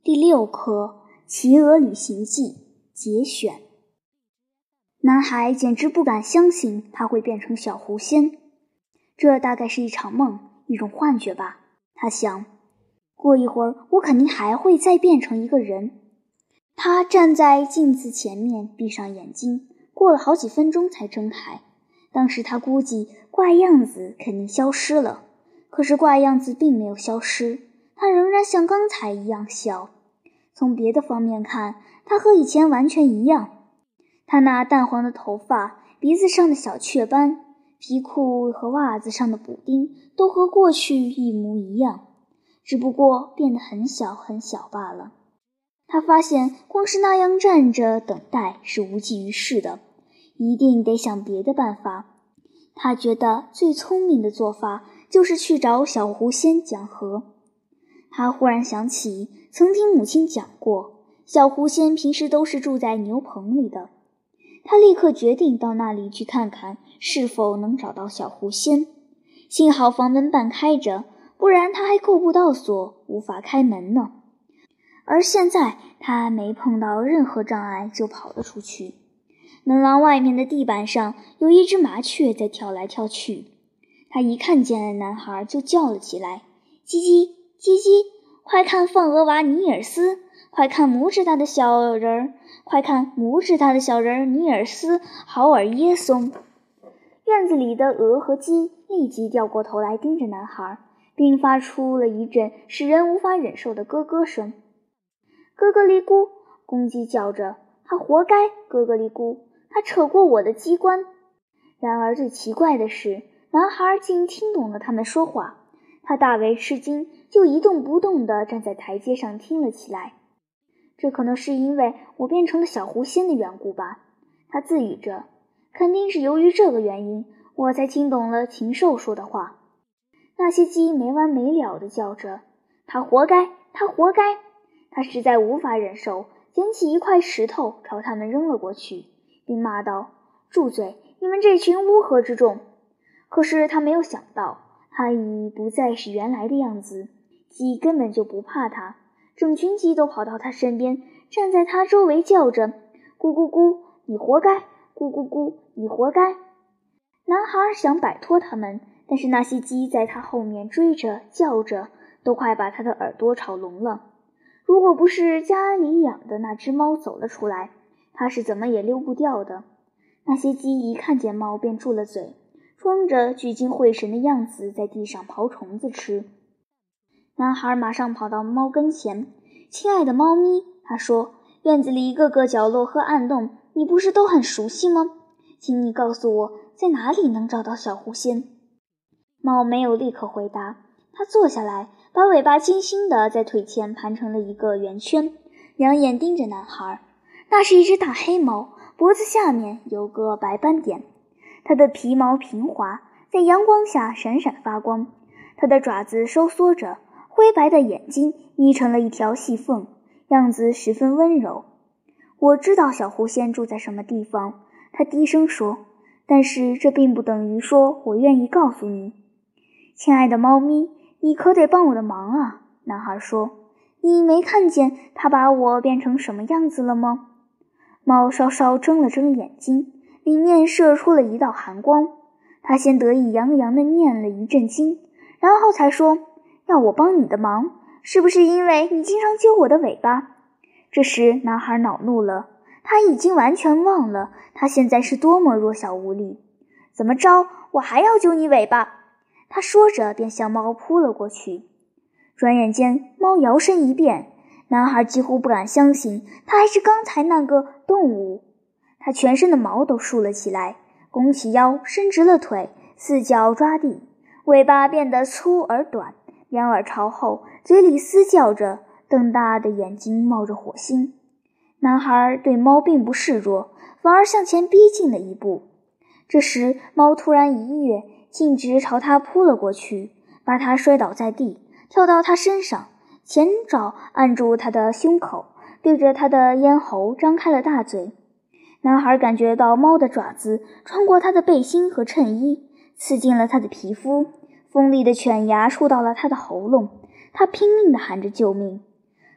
第6课《企鹅旅行记》节选。男孩简直不敢相信他会变成小狐仙，这大概是一场梦，一种幻觉吧。他想，过一会儿我肯定还会再变成一个人。他站在镜子前面，闭上眼睛，过了好几分钟才睁开。当时他估计怪样子肯定消失了，可是怪样子并没有消失，他仍然像刚才一样笑。从别的方面看，他和以前完全一样。他那淡黄的头发，鼻子上的小雀斑，皮裤和袜子上的补丁都和过去一模一样，只不过变得很小很小罢了。他发现光是那样站着等待是无济于事的，一定得想别的办法。他觉得最聪明的做法就是去找小狐仙讲和。他忽然想起曾听母亲讲过，小狐仙平时都是住在牛棚里的。他立刻决定到那里去看看是否能找到小狐仙。幸好房门半开着，不然他还够不到锁，无法开门呢。而现在他没碰到任何障碍就跑了出去。门廊外面的地板上有一只麻雀在跳来跳去，他一看见男孩就叫了起来，叽叽叽叽，快看放鹅娃尼尔斯，快看拇指大的小人儿，快看拇指大的小人儿尼尔斯豪尔耶松。院子里的鹅和鸡立即掉过头来盯着男孩，并发出了一阵使人无法忍受的咯咯声。咯咯哩咕，公鸡叫着，他活该，咯咯哩咕，他扯过我的鸡冠。然而最奇怪的是，男孩竟听懂了他们说话，他大为吃惊，就一动不动地站在台阶上听了起来。这可能是因为我变成了小狐仙的缘故吧，他自语着，肯定是由于这个原因，我才听懂了禽兽说的话。那些鸡没完没了地叫着，他活该，他活该。他实在无法忍受，捡起一块石头朝他们扔了过去，并骂道，住嘴，你们这群乌合之众。可是他没有想到，他已不再是原来的样子，鸡根本就不怕他，整群鸡都跑到他身边，站在他周围叫着，咕咕咕，你活该，咕咕咕，你活该。男孩想摆脱他们，但是那些鸡在他后面追着叫着，都快把他的耳朵吵聋了。如果不是家里养的那只猫走了出来，他是怎么也溜不掉的。那些鸡一看见猫便住了嘴，装着聚精会神的样子在地上刨虫子吃。男孩马上跑到猫跟前，亲爱的猫咪，他说，院子里各个角落和暗洞你不是都很熟悉吗？请你告诉我，在哪里能找到小狐仙？猫没有立刻回答，它坐下来，把尾巴轻轻地在腿前盘成了一个圆圈，两眼盯着男孩。那是一只大黑猫，脖子下面有个白斑点，它的皮毛平滑，在阳光下闪闪发光，它的爪子收缩着，灰白的眼睛眯成了一条细缝，样子十分温柔。我知道小狐仙住在什么地方，他低声说，但是这并不等于说我愿意告诉你。亲爱的猫咪，你可得帮我的忙啊，男孩说，你没看见他把我变成什么样子了吗？猫稍稍睁了睁眼睛，里面射出了一道寒光。他先得意洋洋地念了一阵经，然后才说，要我帮你的忙，是不是因为你经常揪我的尾巴？这时男孩恼怒了，他已经完全忘了他现在是多么弱小无力。怎么着，我还要揪你尾巴？他说着便向猫扑了过去。转眼间猫摇身一变，男孩几乎不敢相信他还是刚才那个动物。他全身的毛都竖了起来，弓起腰，伸直了腿，四脚抓地，尾巴变得粗而短，两耳朝后，嘴里嘶叫着，瞪大的眼睛冒着火星。男孩对猫并不示弱，反而向前逼近了一步。这时猫突然一跃，径直朝他扑了过去，把他摔倒在地，跳到他身上，前爪按住他的胸口，对着他的咽喉张开了大嘴。男孩感觉到猫的爪子穿过他的背心和衬衣，刺进了他的皮肤，锋利的犬牙触到了他的喉咙，他拼命地喊着救命。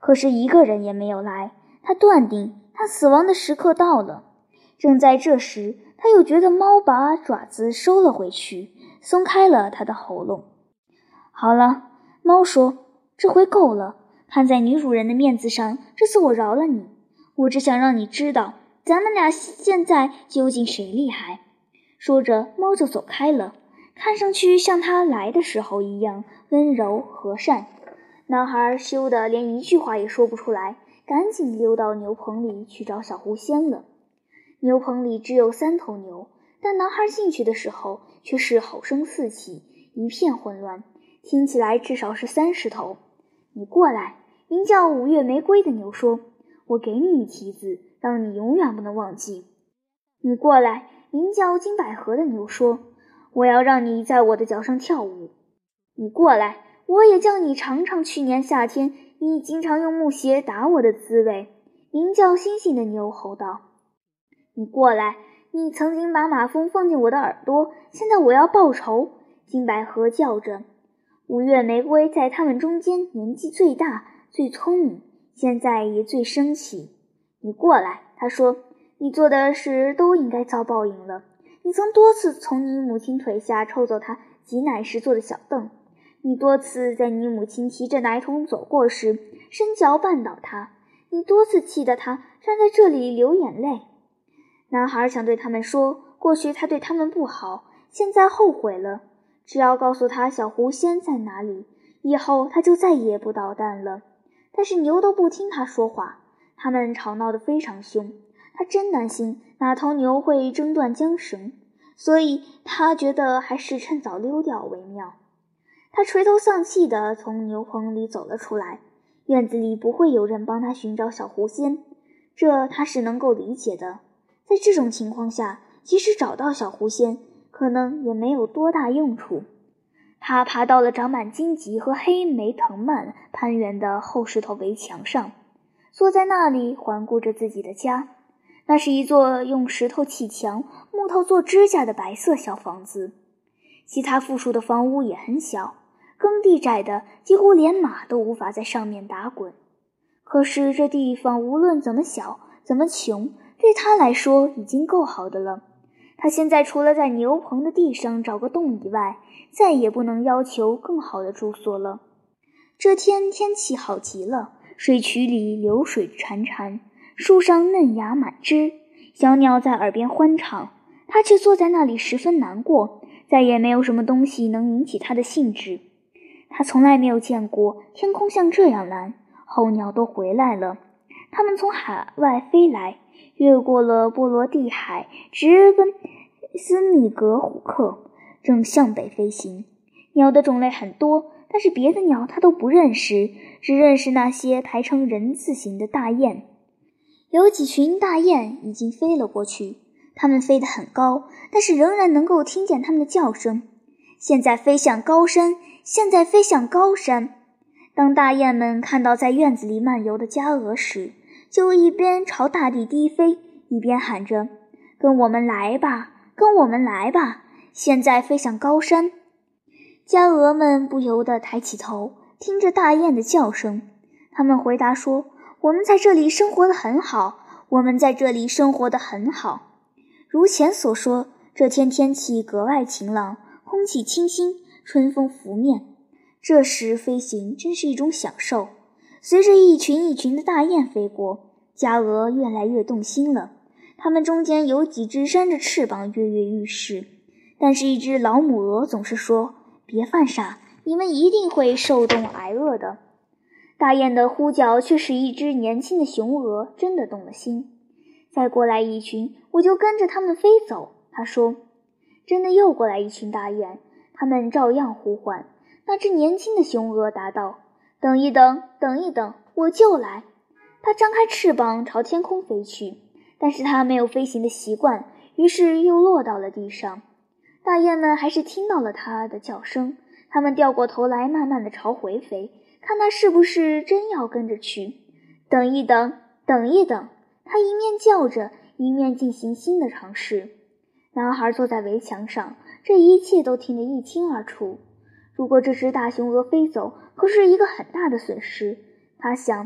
可是一个人也没有来。他断定他死亡的时刻到了。正在这时，他又觉得猫把爪子收了回去，松开了他的喉咙。好了，猫说，这回够了，看在女主人的面子上，这次我饶了你。我只想让你知道，咱们俩现在究竟谁厉害。说着，猫就走开了，看上去像他来的时候一样温柔和善。男孩羞得连一句话也说不出来，赶紧溜到牛棚里去找小狐仙了。牛棚里只有3头牛，但男孩进去的时候却是吼声四起，一片混乱，听起来至少是30头。你过来，名叫五月玫瑰的牛说，我给你一蹄子，让你永远不能忘记。你过来，名叫金百合的牛说，我要让你在我的脚上跳舞。你过来，我也叫你尝尝去年夏天你经常用木鞋打我的滋味。名叫星星的牛吼道，你过来，你曾经把马蜂放进我的耳朵，现在我要报仇。金百合叫着。五月玫瑰在他们中间年纪最大，最聪明，现在也最生气。你过来，他说，你做的事都应该遭报应了。你曾多次从你母亲腿下抽走她挤奶时坐的小凳，你多次在你母亲提着奶桶走过时伸脚绊倒她，你多次气得她站在这里流眼泪。男孩想对他们说，过去他对他们不好，现在后悔了。只要告诉他小狐仙在哪里，以后他就再也不捣蛋了。但是牛都不听他说话，他们吵闹得非常凶。他真担心哪头牛会挣断缰绳，所以他觉得还是趁早溜掉为妙。他垂头丧气地从牛棚里走了出来。院子里不会有人帮他寻找小狐仙，这他是能够理解的。在这种情况下，即使找到小狐仙，可能也没有多大用处。他爬到了长满荆棘和黑莓藤蔓攀援的厚石头围墙上，坐在那里环顾着自己的家。那是一座用石头砌墙、木头做支架的白色小房子。其他附属的房屋也很小，耕地窄的几乎连马都无法在上面打滚。可是这地方无论怎么小，怎么穷，对他来说已经够好的了。他现在除了在牛棚的地上找个洞以外，再也不能要求更好的住所了。这天天气好极了，水渠里流水潺潺，树上嫩芽满枝，小鸟在耳边欢唱。他却坐在那里十分难过，再也没有什么东西能引起他的兴致。他从来没有见过天空像这样蓝。候鸟都回来了，它们从海外飞来，越过了波罗的海，直奔斯密格虎克，正向北飞行。鸟的种类很多，但是别的鸟它都不认识，只认识那些排成人字形的大雁。有几群大雁已经飞了过去，它们飞得很高，但是仍然能够听见它们的叫声。现在飞向高山，现在飞向高山。当大雁们看到在院子里漫游的家鹅时，就一边朝大地低飞，一边喊着，跟我们来吧，跟我们来吧，现在飞向高山。家鹅们不由得抬起头，听着大雁的叫声。他们回答说，我们在这里生活得很好，我们在这里生活得很好。如前所说，这天天气格外晴朗，空气清新，春风拂面。这时飞行真是一种享受。随着一群一群的大雁飞过，家鹅越来越动心了。它们中间有几只扇着翅膀跃跃欲试，但是一只老母鹅总是说，别犯傻，你们一定会受冻挨饿的。大雁的呼叫却使一只年轻的雄鹅真的动了心。再过来一群，我就跟着它们飞走，他说。真的又过来一群大雁，它们照样呼唤。那只年轻的雄鹅答道，等一等，等一等，我就来。它张开翅膀朝天空飞去，但是它没有飞行的习惯，于是又落到了地上。大雁们还是听到了它的叫声，它们掉过头来慢慢地朝回飞，看它是不是真要跟着去。等一等，等一等，它一面叫着，一面进行新的尝试。男孩坐在围墙上，这一切都听得一清二楚。如果这只大雄鹅飞走，可是一个很大的损失。他想，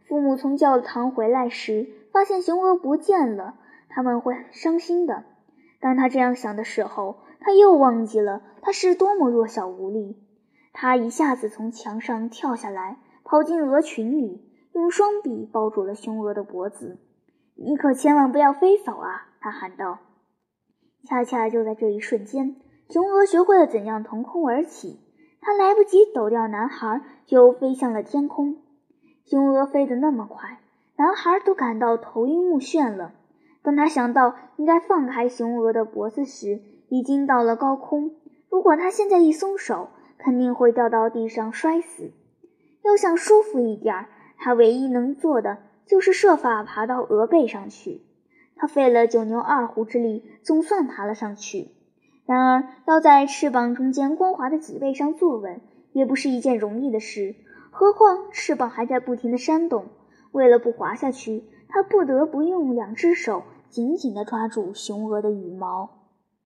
父母从教堂回来时，发现雄鹅不见了，他们会很伤心的。当他这样想的时候，他又忘记了他是多么弱小无力。他一下子从墙上跳下来，跑进鹅群里，用双臂抱住了雄鹅的脖子。你可千万不要飞走啊，他喊道。恰恰就在这一瞬间，雄鹅学会了怎样腾空而起，它来不及抖掉男孩，就飞向了天空。雄鹅飞得那么快，男孩都感到头晕目眩了。当他想到应该放开雄鹅的脖子时，已经到了高空，如果他现在一松手，肯定会掉到地上摔死。要想舒服一点，他唯一能做的就是设法爬到鹅背上去。他费了九牛二虎之力，总算爬了上去。然而，要在翅膀中间光滑的脊背上坐稳，也不是一件容易的事，何况翅膀还在不停地扇动。为了不滑下去，他不得不用两只手紧紧地抓住雄鹅的羽毛。